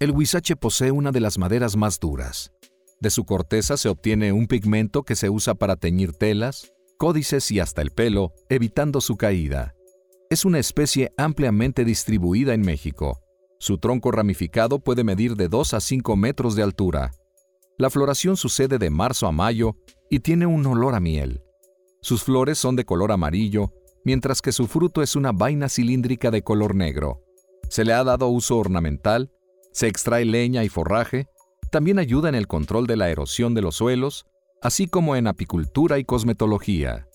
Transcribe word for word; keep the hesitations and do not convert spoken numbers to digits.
El huizache posee una de las maderas más duras. De su corteza se obtiene un pigmento que se usa para teñir telas, códices y hasta el pelo, evitando su caída. Es una especie ampliamente distribuida en México. Su tronco ramificado puede medir de dos a cinco metros de altura. La floración sucede de marzo a mayo y tiene un olor a miel. Sus flores son de color amarillo, mientras que su fruto es una vaina cilíndrica de color negro. Se le ha dado uso ornamental, se extrae leña y forraje, también ayuda en el control de la erosión de los suelos, así como en apicultura y cosmetología.